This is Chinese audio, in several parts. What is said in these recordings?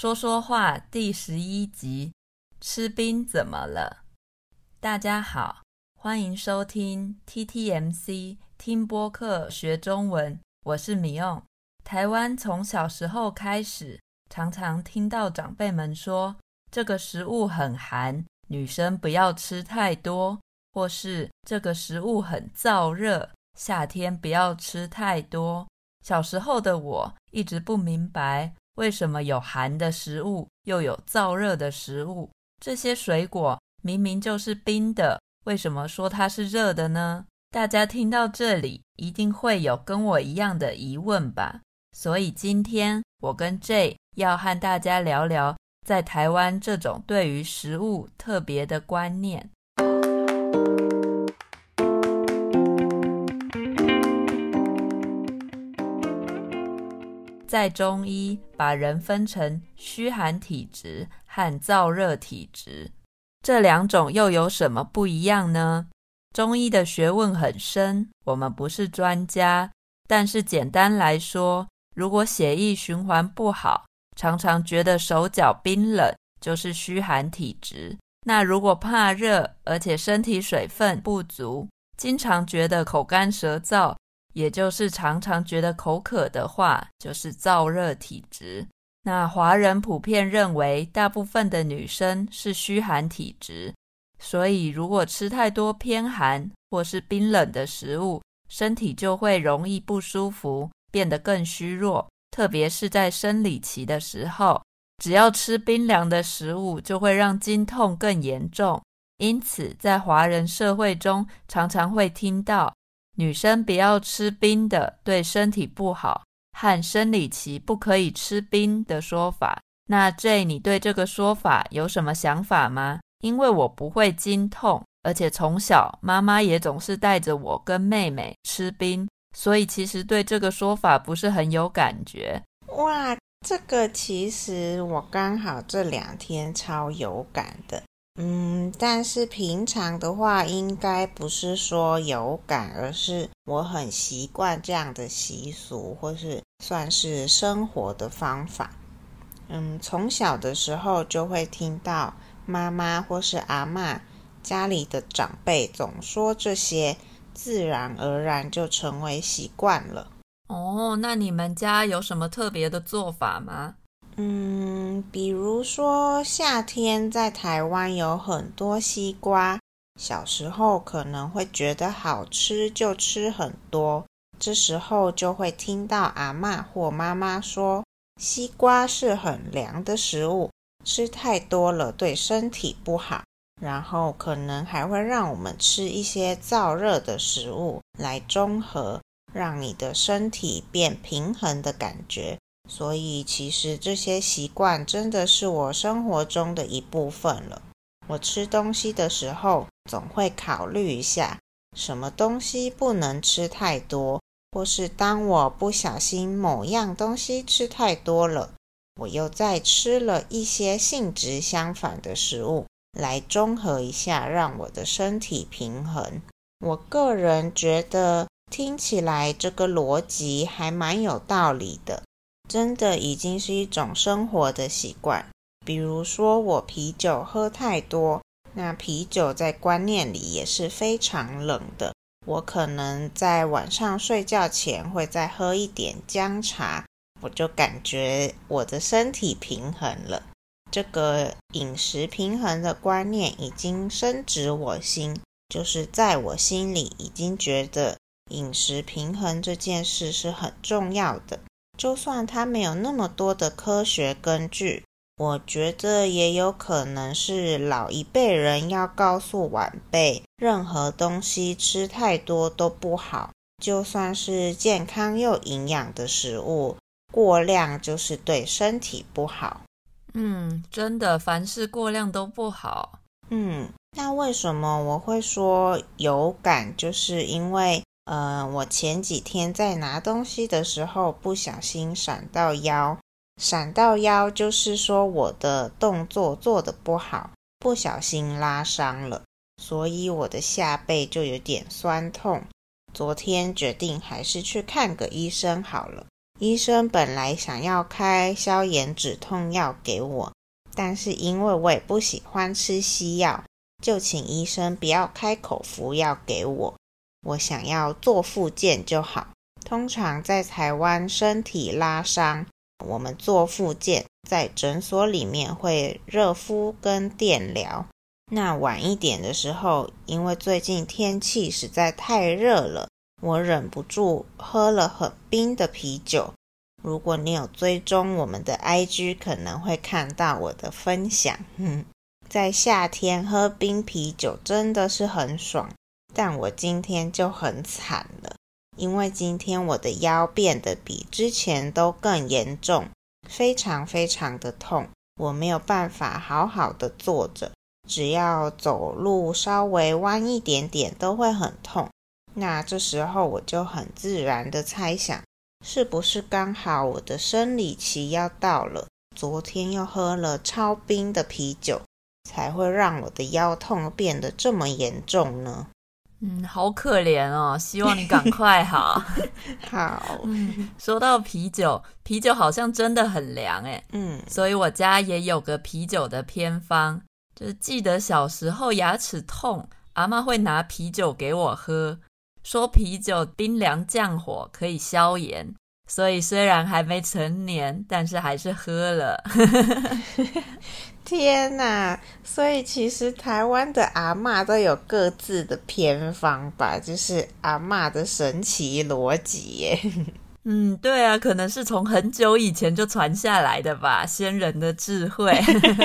说说话第11集，吃冰怎么了？大家好，欢迎收听 TTMC 听播客学中文，我是米用。台湾从小时候开始，常常听到长辈们说，这个食物很寒，女生不要吃太多，或是这个食物很燥热，夏天不要吃太多。小时候的我一直不明白，为什么有寒的食物，又有燥热的食物？这些水果明明就是冰的，为什么说它是热的呢？大家听到这里，一定会有跟我一样的疑问吧？所以今天我跟 J 要和大家聊聊，在台湾这种对于食物特别的观念。在中医，把人分成虚寒体质和燥热体质，这两种又有什么不一样呢？中医的学问很深，我们不是专家，但是简单来说，如果血液循环不好，常常觉得手脚冰冷，就是虚寒体质。那如果怕热，而且身体水分不足，经常觉得口干舌燥，也就是常常觉得口渴的话，就是燥热体质。那华人普遍认为大部分的女生是虚寒体质，所以如果吃太多偏寒或是冰冷的食物，身体就会容易不舒服，变得更虚弱，特别是在生理期的时候，只要吃冰凉的食物就会让经痛更严重。因此在华人社会中常常会听到女生不要吃冰的，对身体不好，和生理期不可以吃冰的说法。那 J 你对这个说法有什么想法吗？因为我不会经痛，而且从小妈妈也总是带着我跟妹妹吃冰，所以其实对这个说法不是很有感觉。 哇，这个其实我刚好这2天超有感的。但是平常的话应该不是说有感，而是我很习惯这样的习俗，或是算是生活的方法。从小的时候就会听到妈妈或是阿嬷家里的长辈总说这些，自然而然就成为习惯了。 哦，那你们家有什么特别的做法吗？ 比如说夏天在台湾有很多西瓜，小时候可能会觉得好吃就吃很多，这时候就会听到阿嬷或妈妈说，西瓜是很凉的食物，吃太多了对身体不好，然后可能还会让我们吃一些燥热的食物来中和，让你的身体变平衡的感觉。所以其实这些习惯真的是我生活中的一部分了。我吃东西的时候总会考虑一下，什么东西不能吃太多，或是当我不小心某样东西吃太多了，我又再吃了一些性质相反的食物来中和一下，让我的身体平衡。我个人觉得听起来这个逻辑还蛮有道理的，真的已经是一种生活的习惯。比如说我啤酒喝太多，那啤酒在观念里也是非常冷的，我可能在晚上睡觉前会再喝一点姜茶，我就感觉我的身体平衡了。这个饮食平衡的观念已经深植我心，就是在我心里已经觉得饮食平衡这件事是很重要的。就算它没有那么多的科学根据，我觉得也有可能是老一辈人要告诉晚辈，任何东西吃太多都不好，就算是健康又营养的食物，过量就是对身体不好。 真的，凡事过量都不好。 那为什么我会说有感，就是因为我前几天在拿东西的时候不小心闪到腰就是说我的动作做得不好，不小心拉伤了，所以我的下背就有点酸痛。昨天决定还是去看个医生好了。 医生本来想要开消炎止痛药给我，但是因为我也不喜欢吃西药，就请医生不要开口服药给我，我想要做复健就好。通常在台湾身体拉伤，我们做复健在诊所里面会热敷跟电疗。那晚一点的时候，因为最近天气实在太热了，我忍不住喝了很冰的啤酒。如果你有追踪我们的 IG， 可能会看到我的分享。在夏天喝冰啤酒真的是很爽，但我今天就很惨了，因为今天我的腰变得比之前都更严重，非常非常的痛，我没有办法好好的坐着，只要走路稍微弯一点点都会很痛。那这时候我就很自然的猜想，是不是刚好我的生理期要到了，昨天又喝了超冰的啤酒，才会让我的腰痛变得这么严重呢？ 好可怜哦，希望你赶快好。 好。 说到啤酒，啤酒好像真的很凉耶。所以我家也有个啤酒的偏方，就是记得小时候牙齿痛，阿嬷会拿啤酒给我喝，说啤酒冰凉降火，可以消炎，所以虽然还没成年，但是还是喝了。 天哪，所以其实台湾的阿嬷都有各自的偏方吧，就是阿嬷的神奇逻辑耶。 对啊，可能是从很久以前就传下来的吧，先人的智慧。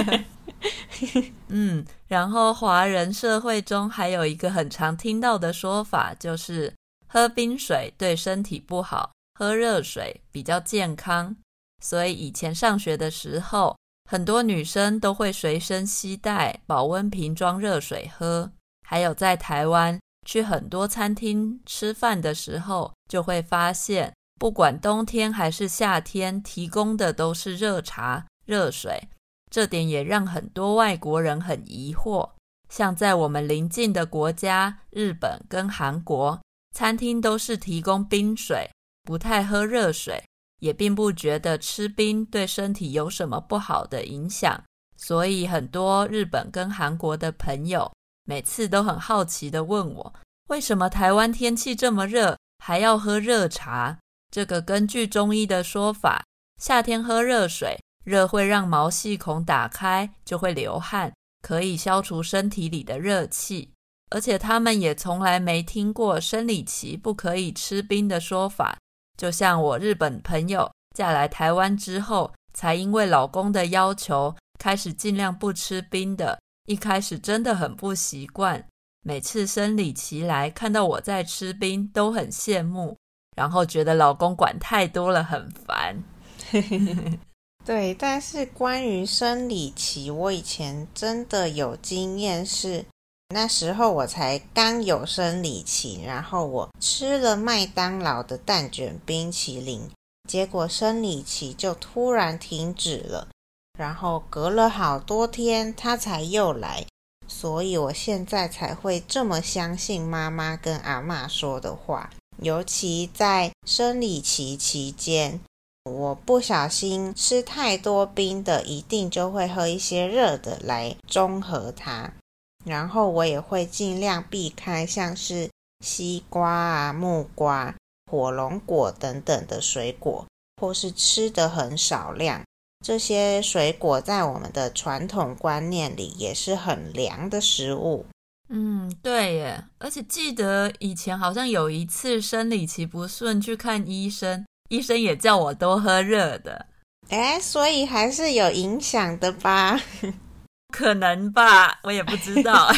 然后华人社会中还有一个很常听到的说法，就是喝冰水对身体不好，喝热水比较健康。所以以前上学的时候，很多女生都会随身携带保温瓶装热水喝。还有在台湾去很多餐厅吃饭的时候，就会发现不管冬天还是夏天，提供的都是热茶、热水。这点也让很多外国人很疑惑。像在我们邻近的国家日本跟韩国，餐厅都是提供冰水，不太喝热水，也并不觉得吃冰对身体有什么不好的影响。所以很多日本跟韩国的朋友每次都很好奇地问我，为什么台湾天气这么热还要喝热茶？这个根据中医的说法，夏天喝热水，热会让毛细孔打开，就会流汗，可以消除身体里的热气。而且他们也从来没听过生理期不可以吃冰的说法。就像我日本朋友嫁来台湾之后，才因为老公的要求开始尽量不吃冰的，一开始真的很不习惯，每次生理期来看到我在吃冰都很羡慕，然后觉得老公管太多了很烦。 对，但是关于生理期，我以前真的有经验，是那时候我才刚有生理期，然后我吃了麦当劳的蛋卷冰淇淋，结果生理期就突然停止了，然后隔了好多天它才又来，所以我现在才会这么相信妈妈跟阿嬷说的话。尤其在生理期期间，我不小心吃太多冰的，一定就会喝一些热的来中和它。然后我也会尽量避开像是西瓜啊、木瓜、火龙果等等的水果，或是吃的很少量。这些水果在我们的传统观念里也是很凉的食物。 对耶，而且记得以前好像有一次生理期不顺去看医生，医生也叫我多喝热的。 所以还是有影响的吧？ 可能吧，我也不知道。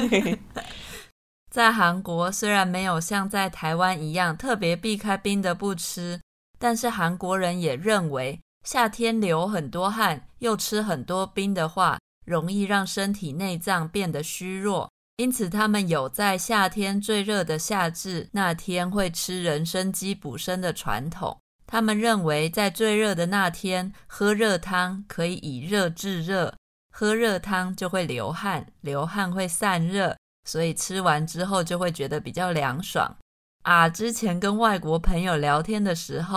在韩国虽然没有像在台湾一样特别避开冰的不吃，但是韩国人也认为夏天流很多汗又吃很多冰的话，容易让身体内脏变得虚弱，因此他们有在夏天最热的夏至那天会吃人参鸡补身的传统。他们认为在最热的那天喝热汤可以以热制热，喝热汤就会流汗，流汗会散热，所以吃完之后就会觉得比较凉爽。之前跟外国朋友聊天的时候，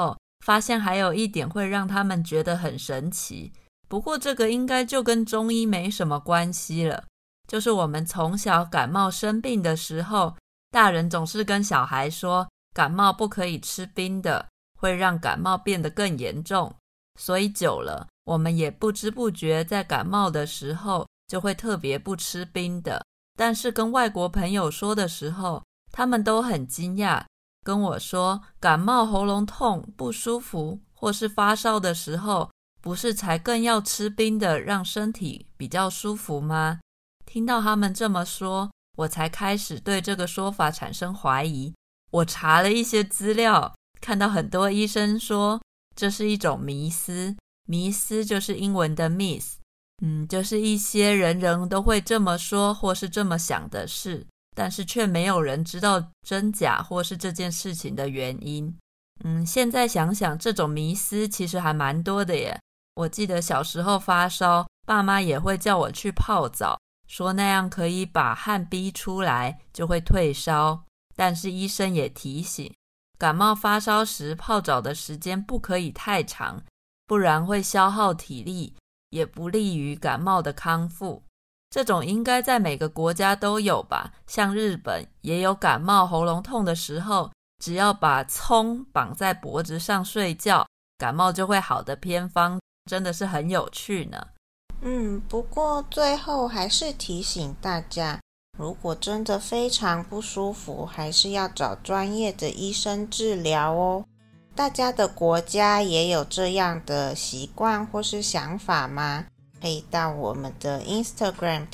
发现还有一点会让他们觉得很神奇，不过这个应该就跟中医没什么关系了，就是我们从小感冒生病的时候，大人总是跟小孩说感冒不可以吃冰的，会让感冒变得更严重，所以久了我们也不知不觉在感冒的时候就会特别不吃冰的。但是跟外国朋友说的时候，他们都很惊讶，跟我说感冒喉咙痛不舒服或是发烧的时候，不是才更要吃冰的让身体比较舒服吗？听到他们这么说，我才开始对这个说法产生怀疑。我查了一些资料，看到很多医生说这是一种迷思，迷思就是英文的 myth，就是一些人都会这么说或是这么想的事，但是却没有人知道真假或是这件事情的原因。现在想想，这种迷思其实还蛮多的耶。我记得小时候发烧，爸妈也会叫我去泡澡，说那样可以把汗逼出来，就会退烧。但是医生也提醒，感冒发烧时泡澡的时间不可以太长，不然会消耗体力，也不利于感冒的康复。这种应该在每个国家都有吧，像日本也有感冒喉咙痛的时候，只要把葱绑在脖子上睡觉，感冒就会好的偏方，真的是很有趣呢。 不过最后还是提醒大家，如果真的非常不舒服，还是要找专业的医生治疗哦。大家的国家也有这样的习惯或是想法吗？可以到我们的 Instagram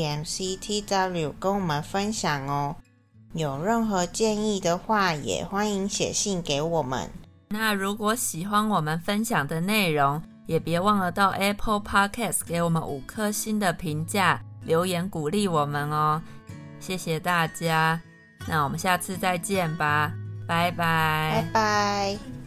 TTMCTW 跟我们分享哦。有任何建议的话，也欢迎写信给我们。 那如果喜欢我们分享的内容，也别忘了到 Apple Podcast 给我们5颗星的评价，留言鼓励我们哦。谢谢大家，那我们下次再见吧，拜拜。 拜拜。